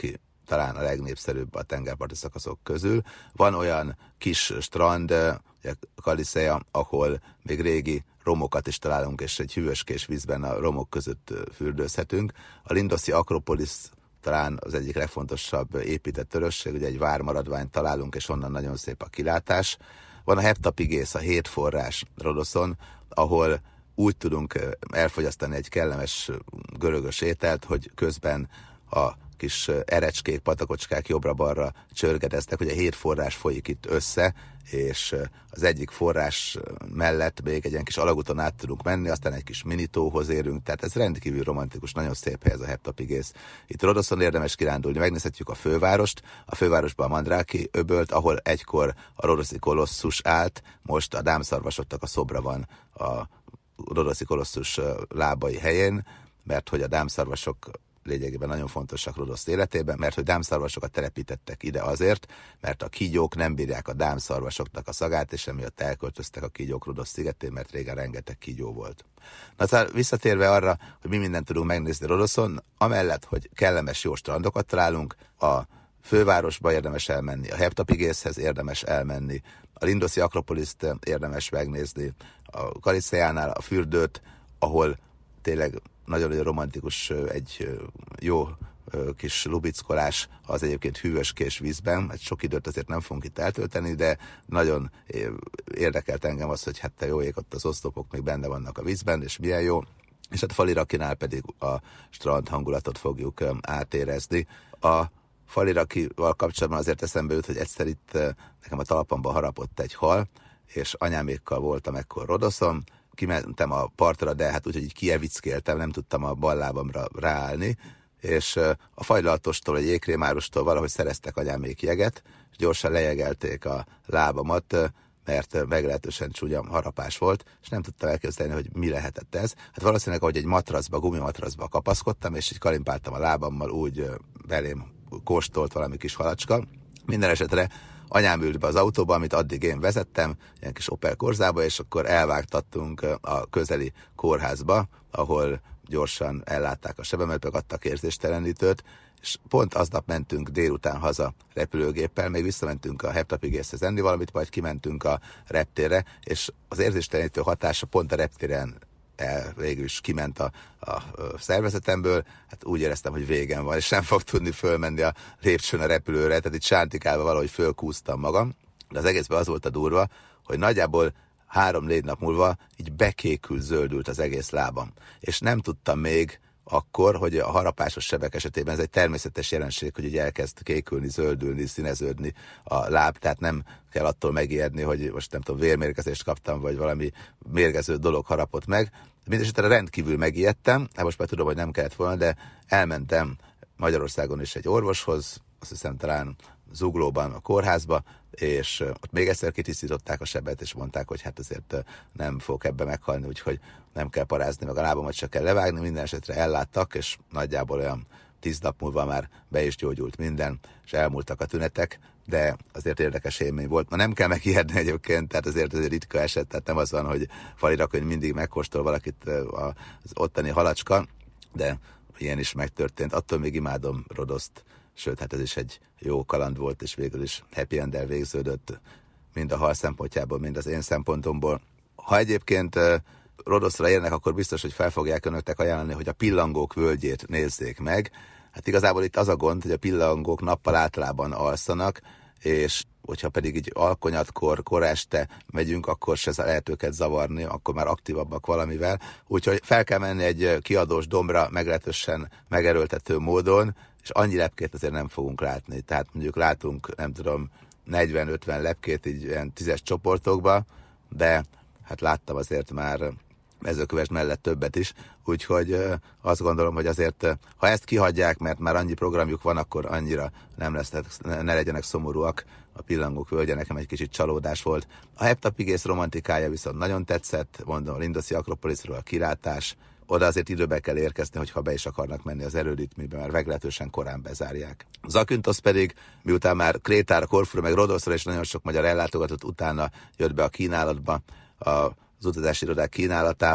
talán a legnépszerűbb a tengerparti szakaszok közül. Van olyan kis strand, Kaliszea, ahol még régi romokat is találunk, és egy hűvöskés vízben a romok között fürdőzhetünk. A Lindoszi Akropolis talán az egyik legfontosabb épített örökség, ugye egy vármaradványt találunk, és onnan nagyon szép a kilátás. Van a Heptapigész, a hétforrás Rodoszon, ahol úgy tudunk elfogyasztani egy kellemes görögös ételt, hogy közben a kis erecskék, patakocskák jobbra-balra csörgedeztek, hogy a 7 forrás folyik itt össze, és az egyik forrás mellett még egy ilyen kis alagúton át tudunk menni, aztán egy kis minitóhoz érünk, tehát ez rendkívül romantikus, nagyon szép hely ez a Heptapigész. Itt Rodoszon érdemes kirándulni, megnézhetjük a fővárost, a fővárosban a Mandráki öbölt, ahol egykor a rodoszi kolosszus állt, most a dámszarvasoknak a szobra van a rodoszi kolosszus lábai helyén, mert hogy a dámszarvasok lényegében nagyon fontosak Rodosz életében, mert hogy dámszarvasokat telepítettek ide azért, mert a kígyók nem bírják a dámszarvasoknak a szagát, és emiatt elköltöztek a kígyók Rodosz szigetén, mert régen rengeteg kígyó volt. Na szóval visszatérve arra, hogy mi mindent tudunk megnézni Rodoszon, amellett, hogy kellemes jó strandokat találunk, a fővárosba érdemes elmenni, a Heptapigészhez érdemes elmenni, a Lindoszi Akropoliszt érdemes megnézni, a Kaliszeánál a fürdőt, ahol tényleg nagyon romantikus egy jó kis lubickolás, az egyébként hűvöskés vízben, egy sok időt azért nem fogunk itt eltölteni, de nagyon érdekelt engem az, hogy hát te jó ég, ott az oszlopok még benne vannak a vízben, és milyen jó. És hát Falirakinál pedig a strand hangulatot fogjuk átérezni. A Falirakival kapcsolatban azért eszembe jut, hogy egyszer itt nekem a talpamban harapott egy hal, és anyámékkal voltam ekkor Rodoszon, kimentem a partra, de hát úgy, hogy így kievickéltem, nem tudtam a bal lábamra ráállni, és a fajlaltostól, egy jégkrémárustól valahogy szereztek anyámék jeget, és gyorsan lejegelték a lábamat, mert meglehetősen csúnya harapás volt, és nem tudtam elképzelni, hogy mi lehetett ez. Hát valószínűleg, ahogy egy matracba, gumimatracba kapaszkodtam, és így kalimpáltam a lábammal, úgy belém kóstolt valami kis halacska. Minden esetre anyám ült be az autóba, amit addig én vezettem, ilyen kis Opel Corzába, és akkor elvágtattunk a közeli kórházba, ahol gyorsan ellátták a sebemet, meg adtak érzéstelenítőt, és pont aznap mentünk délután haza repülőgéppel, még visszamentünk a Heptapigészhez enni valamit, majd kimentünk a reptérre, és az érzéstelenítő hatása pont a reptéren végül is kiment a szervezetemből, hát úgy éreztem, hogy végem van, és nem fog tudni fölmenni a lépcsőn a repülőre, tehát itt sántikálva valahogy fölkúztam magam, de az egészben az volt a durva, hogy nagyjából 3-4 nap múlva így bekékült, zöldült az egész lábam, és nem tudtam még akkor, hogy a harapásos sebek esetében ez egy természetes jelenség, hogy így elkezd kékülni, zöldülni, színeződni a láb, tehát nem kell attól megijedni, hogy most nem tudom, vérmérgezést kaptam, vagy valami mérgező dolog harapott meg. Mindenesetre rendkívül megijedtem, hát most már tudom, hogy nem kellett volna, de elmentem Magyarországon is egy orvoshoz, azt hiszem talán Zuglóban, a kórházba, és ott még egyszer kitisztították a sebet, és mondták, hogy hát azért nem fogok ebbe meghalni, úgyhogy nem kell parázni, meg a lábamat csak kell levágni, minden esetre elláttak, és nagyjából olyan 10 nap múlva már be is gyógyult minden, és elmúltak a tünetek, de azért érdekes élmény volt. Ma nem kell megijedni egyébként, tehát azért ez egy ritka eset, tehát nem az van, hogy Falirakon mindig megkóstol valakit az ottani halacska, de ilyen is megtörtént. Attól még imádom Rodoszt, sőt, hát ez is egy jó kaland volt, és végül is happy end-el végződött, mind a hal szempontjából, mind az én szempontomból. Ha egyébként Rodoszra érnek, akkor biztos, hogy fel fogják önöknek ajánlani, hogy a Pillangók völgyét nézzék meg. Hát igazából itt az a gond, hogy a pillangók nappal általában alszanak, és hogyha pedig így alkonyatkor, este megyünk, akkor se lehet őket zavarni, akkor már aktívabbak valamivel. Úgyhogy fel kell menni egy kiadós dombra meglehetősen megerőltető módon, és annyi lepkét azért nem fogunk látni. Tehát mondjuk látunk, nem tudom, 40-50 lepkét így ilyen 10-es csoportokba, de hát láttam azért már Mezőkövesd mellett többet is, úgyhogy azt gondolom, hogy azért, ha ezt kihagyják, mert már annyi programjuk van, akkor annyira nem lesz, ne legyenek szomorúak. A Pillangók völgye nekem egy kicsit csalódás volt. A Heptapigész romantikája viszont nagyon tetszett, mondom, a Lindoszi Akropoliszról a kilátás, oda azért időbe kell érkezni, hogyha be is akarnak menni az erődítműbe, mert meglehetősen korán bezárják. Zakynthos pedig, miután már Krétára, Korfura, meg Rodoszra és nagyon sok magyar ellátogatott, utána jött be a kínálatba, az utazási irodák kínálatába,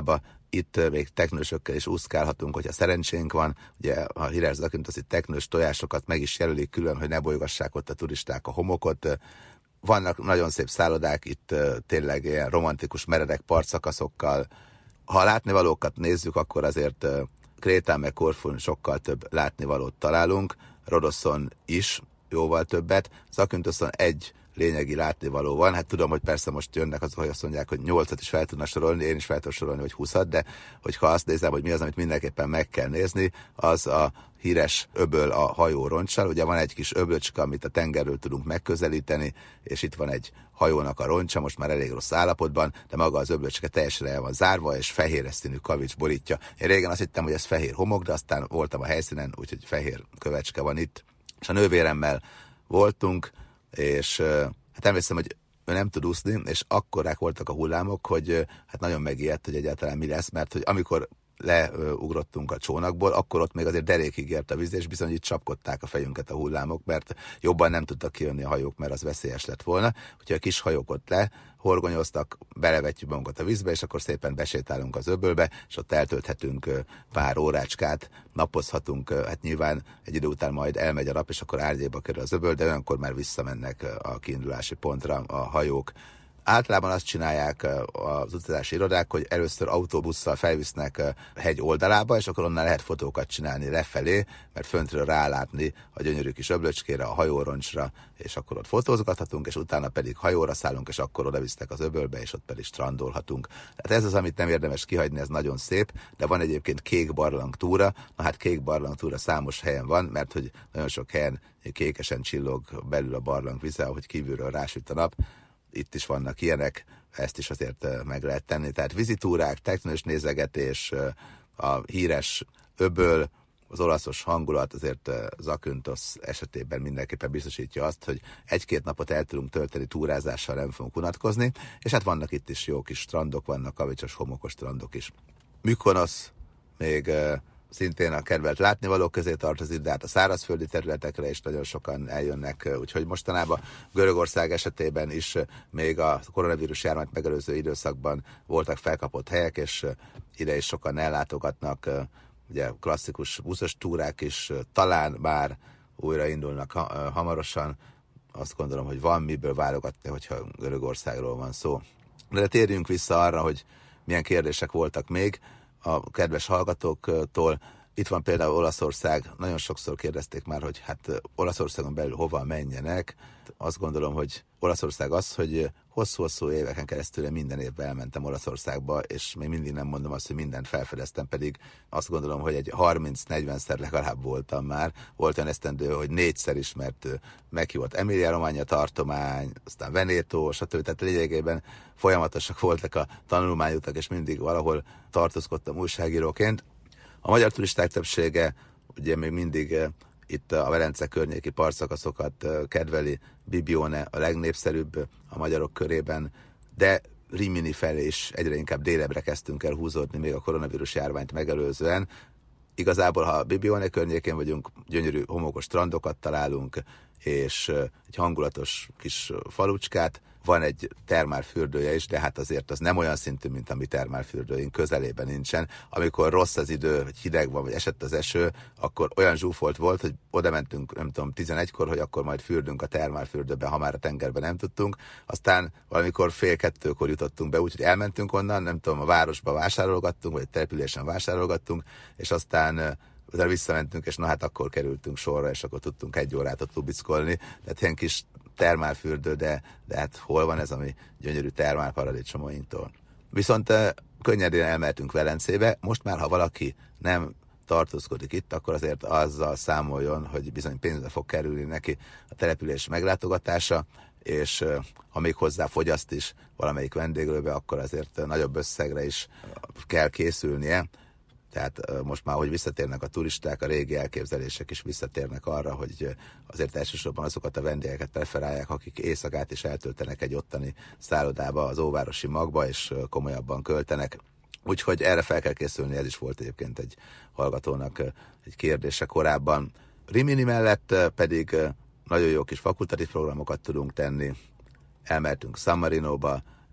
Itt még teknősökkel is úszkálhatunk, hogyha szerencsénk van. Ugye a híres zaküntoszi teknős tojásokat meg is jelölik külön, hogy ne bolygassák ott a turisták a homokot. Vannak nagyon szép szállodák, itt tényleg ilyen romantikus meredek partszakaszokkal. Ha a látnivalókat nézzük, akkor azért Krétán meg Korfun sokkal több látnivalót találunk, Rodoszon is jóval többet, Zaküntoszon egy lényegi látnivaló van. Hát tudom, hogy persze most jönnek azok, hogy azt mondják, hogy 8-at is fel tudna sorolni, én is fel tudom sorolni, hogy 20-at, de hogyha azt nézem, hogy mi az, amit mindenképpen meg kell nézni, az a híres öböl a hajó roncsal. Ugye van egy kis öblöcske, amit a tengerről tudunk megközelíteni, és itt van egy hajónak a roncsa, most már elég rossz állapotban, de maga az öblöcske teljesen el van zárva, és fehéres színű kavics borítja. Én régen azt hittem, hogy ez fehér homok, de aztán voltam a helyszínen, úgyhogy fehér kövecske van itt. És a nővéremmel voltunk, és hát emlékszem, hogy ő nem tud úszni, és akkorák voltak a hullámok, hogy hát nagyon megijedt, hogy egyáltalán mi lesz, mert hogy amikor leugrottunk a csónakból, akkor ott még azért derékig ért a víz, és bizony itt csapkodták a fejünket a hullámok, mert jobban nem tudtak kijönni a hajók, mert az veszélyes lett volna. Úgyhogy a kis hajók ott lehorgonyoztak, belevetjük magunkat a vízbe, és akkor szépen besétálunk az öbölbe, és ott eltölthetünk pár órácskát, napozhatunk, hát nyilván egy idő után majd elmegy a nap, és akkor árnyékba kerül az öböl, de olyankor már visszamennek a kiindulási pontra a hajók. Általában azt csinálják az utazási irodák, hogy először autóbusszal felvisznek hegy oldalába, és akkor onnan lehet fotókat csinálni lefelé, mert föntről rálátni a gyönyörű kis öblöcskére, a hajóroncsra, és akkor ott fotózgathatunk, és utána pedig hajóra szállunk, és akkor oda visznek az öbölbe, és ott pedig strandolhatunk. Tehát ez az, amit nem érdemes kihagyni, ez nagyon szép, de van egyébként kék barlang túra. Na hát kék barlang túra számos helyen van, mert hogy nagyon sok helyen kékesen csillog belül a barlang vize, ahogy kívülről rásüt a nap. Itt is vannak ilyenek, ezt is azért meg lehet tenni. Tehát vizitúrák, teknős nézegetés, a híres öböl, az olaszos hangulat azért Zaküntosz esetében mindenképpen biztosítja azt, hogy egy-két napot el tudunk tölteni túrázással, nem fogunk unatkozni, és hát vannak itt is jó kis strandok, vannak kavicsos, homokos strandok is. Mykonosz még szintén a kedvelt látnivalók közé tartozik, de hát a szárazföldi területekre is nagyon sokan eljönnek, úgyhogy mostanában Görögország esetében is még a koronavírus járványt megelőző időszakban voltak felkapott helyek, és ide is sokan ellátogatnak, ugye klasszikus buszos túrák is talán már újra indulnak hamarosan, azt gondolom, hogy van miből válogatni, hogyha Görögországról van szó. De térjünk vissza arra, hogy milyen kérdések voltak még a kedves hallgatóktól. Itt van például Olaszország, nagyon sokszor kérdezték már, hogy hát Olaszországon belül hova menjenek. Azt gondolom, hogy Olaszország az, hogy hosszú-hosszú éveken keresztül minden évben elmentem Olaszországba, és még mindig nem mondom azt, hogy mindent felfedeztem, pedig azt gondolom, hogy egy 30-40-szer legalább voltam már. Volt olyan esztendő, hogy 4-szer is, mert meghívott Emilia-Romagna tartomány, aztán Veneto, stb. Tehát lényegében folyamatosak voltak a tanulmányutak, és mindig valahol tartózkodtam újságíróként. A magyar turisták többsége ugye még mindig itt a Velence környéki partszakaszokat kedveli, Bibione a legnépszerűbb a magyarok körében, de Rimini felé is egyre inkább délebbre kezdtünk el húzódni még a koronavírus járványt megelőzően. Igazából, ha Bibione környékén vagyunk, gyönyörű homokos strandokat találunk, és egy hangulatos kis falucskát, van egy termálfürdője is, de hát azért az nem olyan szintű, mint a mi termálfürdőink, közelében nincsen. Amikor rossz az idő, vagy hideg van, vagy esett az eső, akkor olyan zsúfolt volt, hogy oda mentünk, nem tudom, 11-kor, hogy akkor majd fürdünk a termálfürdőbe, ha már a tengerben nem tudtunk. Aztán valamikor 1:30-kor jutottunk be, úgyhogy elmentünk onnan, nem tudom, a városba vásárolgattunk, vagy a településen vásárolgattunk, és aztán utána visszamentünk, és na hát akkor kerültünk sorra, és akkor tudtunk 1 órát ott lubickolni. Tehát ilyen kis termálfürdő, de hát hol van ez a mi gyönyörű termálparadicsomainktól. Viszont könnyedén elmehetünk Velencébe. Most már, ha valaki nem tartózkodik itt, akkor azért azzal számoljon, hogy bizony pénzbe fog kerülni neki a település meglátogatása, és ha még hozzá fogyaszt is valamelyik vendéglőbe, akkor azért nagyobb összegre is kell készülnie. Tehát most már, hogy visszatérnek a turisták, a régi elképzelések is visszatérnek arra, hogy azért elsősorban azokat a vendégeket preferálják, akik éjszakát is eltöltenek egy ottani szállodába, az óvárosi magba, és komolyabban költenek. Úgyhogy erre fel kell készülni, ez is volt egyébként egy hallgatónak egy kérdése korábban. Rimini mellett pedig nagyon jó kis fakultatív programokat tudunk tenni. Elmertünk San Marinóba,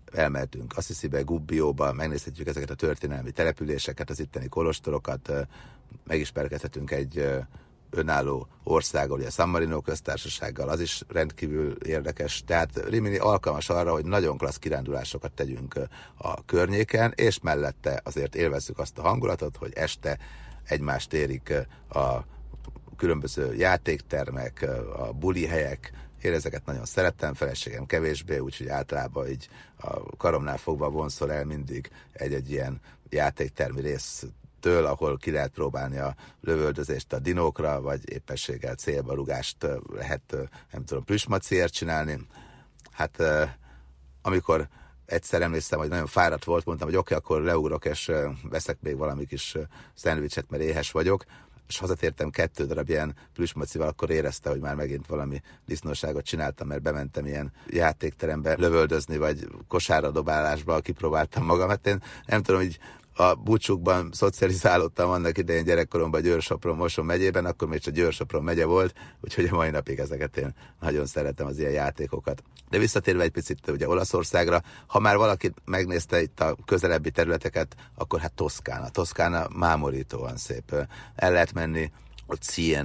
elmehetünk Assisibe, Gubbióba, megnézhetjük ezeket a történelmi településeket, az itteni kolostorokat, megismerkedhetünk egy önálló országgal, ugye a San Marino köztársasággal, az is rendkívül érdekes. Tehát Rimini alkalmas arra, hogy nagyon klassz kirándulásokat tegyünk a környéken, és mellette azért élvezzük azt a hangulatot, hogy este egymást érik a különböző játéktermek, a buli helyek. Én ezeket nagyon szerettem, feleségem kevésbé, úgyhogy általában így a karomnál fogva vonszol el mindig egy ilyen játéktermi résztől, ahol ki lehet próbálni a lövöldözést a dinókra, vagy éppenséggel célba rugást lehet, nem tudom, plüsmacért csinálni. Hát amikor egyszer emlékszem, hogy nagyon fáradt volt, mondtam, hogy oké, akkor leugrok, és veszek még valami kis szendvicset, mert éhes vagyok, és hazatértem 2 darab ilyen plüsmacival, akkor érezte, hogy már megint valami disznóságot csináltam, mert bementem ilyen játékterembe lövöldözni, vagy kosárra dobálásba, kipróbáltam magam. Hát én nem tudom, hogy a búcsúkban szocializálódtam annak idején gyerekkoromban Győr-Sopron, Moson megyében, akkor még csak Győr-Sopron megye volt, úgyhogy a mai napig ezeket én nagyon szeretem, az ilyen játékokat. De visszatérve egy picit ugye Olaszországra, ha már valaki megnézte itt a közelebbi területeket, akkor hát Toszkána mámorítóan szép. El lehet menni ott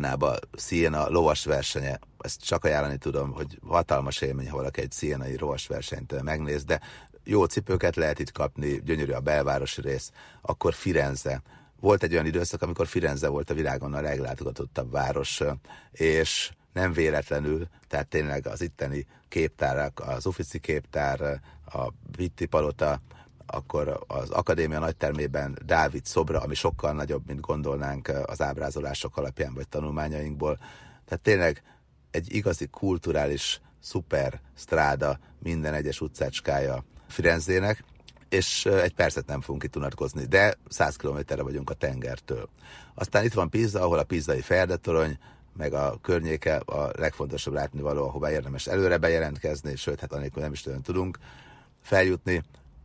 Siena lovas versenye, ezt csak ajánlani tudom, hogy hatalmas élmény, ha valaki egy sienai lovas versenyt megnéz, de jó cipőket lehet itt kapni, gyönyörű a belvárosi rész. Akkor Firenze. Volt egy olyan időszak, amikor Firenze volt a világon a leglátogatottabb város, és nem véletlenül, tehát tényleg az itteni képtárak, az Uffizi képtár, a Vitti palota, akkor az akadémia nagytermében Dávid szobra, ami sokkal nagyobb, mint gondolnánk az ábrázolások alapján, vagy tanulmányainkból. Tehát tényleg egy igazi kulturális szuper stráda minden egyes utcácskája Firenzének, és egy percet nem fogunk itt unatkozni, de 100 kilométerre vagyunk a tengertől. Aztán itt van Pisa, ahol a pisai Ferdetorony, meg a környéke a legfontosabb látnivaló, ahová érdemes előre bejelentkezni, sőt, hát anélkül nem is tudunk feljutni,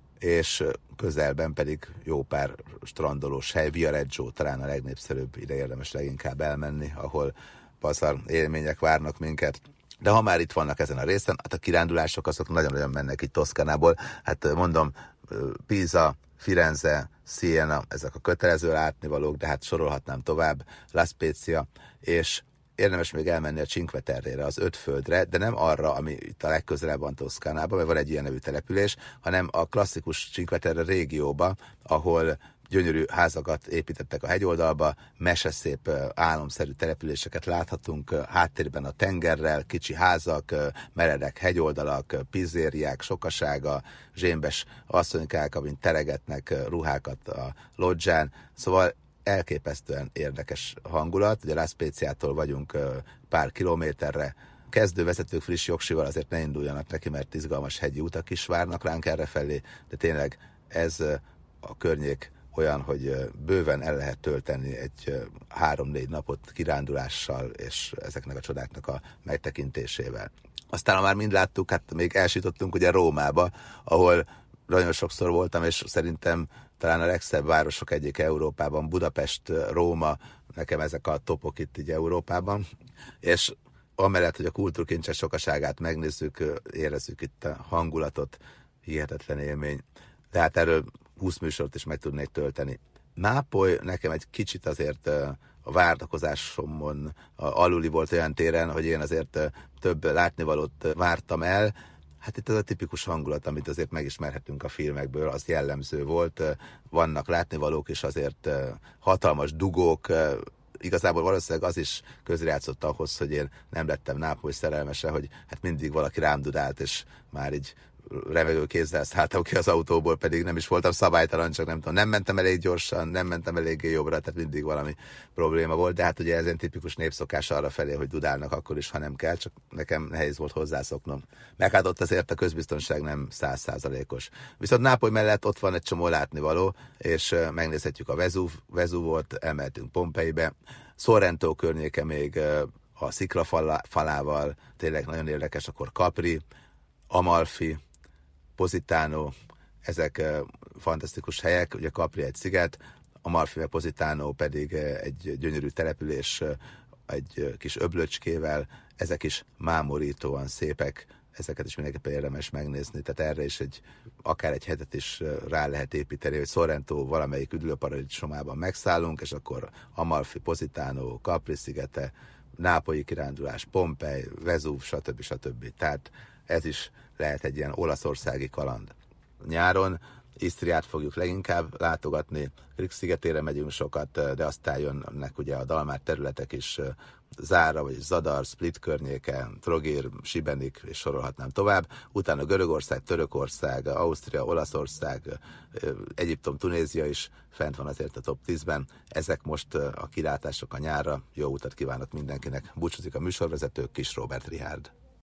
és közelben pedig jó pár strandolós hely, Viareggio talán a legnépszerűbb, ide érdemes leginkább elmenni, ahol pazar élmények várnak minket. De ha már itt vannak ezen a részen, hát a kirándulások azok nagyon-nagyon mennek itt Toszkánából. Hát mondom, Pisa, Firenze, Siena, ezek a kötelező látnivalók, de hát sorolhatnám tovább, La Spezia, és érdemes még elmenni a Cinque Terrére, az 5 földre, de nem arra, ami itt a legközelebb van Toszkánában, mert van egy ilyen nevű település, hanem a klasszikus Cinque Terre régióba, ahol gyönyörű házakat építettek a hegyoldalba, meseszép, álomszerű településeket láthatunk, háttérben a tengerrel, kicsi házak, meredek hegyoldalak, pizzériák sokasága, zsémbes asszonykák, amint teregetnek ruhákat a lodzsán, szóval elképesztően érdekes hangulat. Ugye La Speziától vagyunk pár kilométerre. Kezdővezetők friss jogsival azért ne induljanak neki, mert izgalmas hegyi utak is várnak ránk errefelé, de tényleg ez a környék olyan, hogy bőven el lehet tölteni egy 3-4 napot kirándulással és ezeknek a csodáknak a megtekintésével. Aztán, ha már mind láttuk, hát még elsütöttünk ugye Rómába, ahol nagyon sokszor voltam, és szerintem talán a legszebb városok egyik Európában, Budapest, Róma, nekem ezek a topok itt így Európában, és amellett, hogy a kultúrkincses sokaságát megnézzük, érezzük itt a hangulatot, hihetetlen élmény. De hát erről 20 műsort is meg tudnék tölteni. Nápoly nekem egy kicsit azért a várakozásomon aluli volt olyan téren, hogy én azért több látnivalót vártam el. Hát itt ez a tipikus hangulat, amit azért megismerhetünk a filmekből, az jellemző volt. Vannak látnivalók is azért hatalmas dugók, igazából valószínűleg az is közrejátszott ahhoz, hogy én nem lettem Nápoly szerelmese, hogy hát mindig valaki rám dudált, és már így remegő kézzel szálltam ki az autóból, pedig nem is voltam szabálytalan, csak nem tudom, nem mentem elég gyorsan, nem mentem eléggé jobbra, tehát mindig valami probléma volt, de hát ugye ez egy tipikus népszokás arra felé, hogy dudálnak akkor is, ha nem kell, csak nekem nehéz volt hozzászoknom. Meg hát ott azért a közbiztonság nem 100%-os. Viszont Nápoly mellett ott van egy csomó látnivaló, és megnézhetjük a Vezúvot, elmehetünk Pompeibe, Sorrento környéke még a sziklafalával, tényleg nagyon érdekes, akkor Capri, Amalfi, Positano, ezek fantasztikus helyek, ugye Capri egy sziget, Amalfi meg Positano pedig egy gyönyörű település, egy kis öblöcskével, ezek is mámorítóan szépek, ezeket is mindenképpen érdemes megnézni, tehát erre is akár egy hetet is rá lehet építeni, hogy Sorrento valamelyik üdülőparadicsomában megszállunk, és akkor Amalfi, Positano, Capri-szigete, nápolyi kirándulás, Pompei, Vezúv, stb. Tehát ez is lehet egy ilyen olaszországi kaland. Nyáron Isztriát fogjuk leginkább látogatni, Krk szigetére megyünk sokat, de aztán jönnek ugye a Dalmát területek is, Zára vagy Zadar, Split környéke, Trogir, Sibenik, és sorolhatnám tovább. Utána Görögország, Törökország, Ausztria, Olaszország, Egyiptom, Tunézia is fent van azért a top 10-ben. Ezek most a kilátások a nyárra. Jó utat kívánok mindenkinek. Búcsúzik a műsorvezető, Kis Róbert Richárd.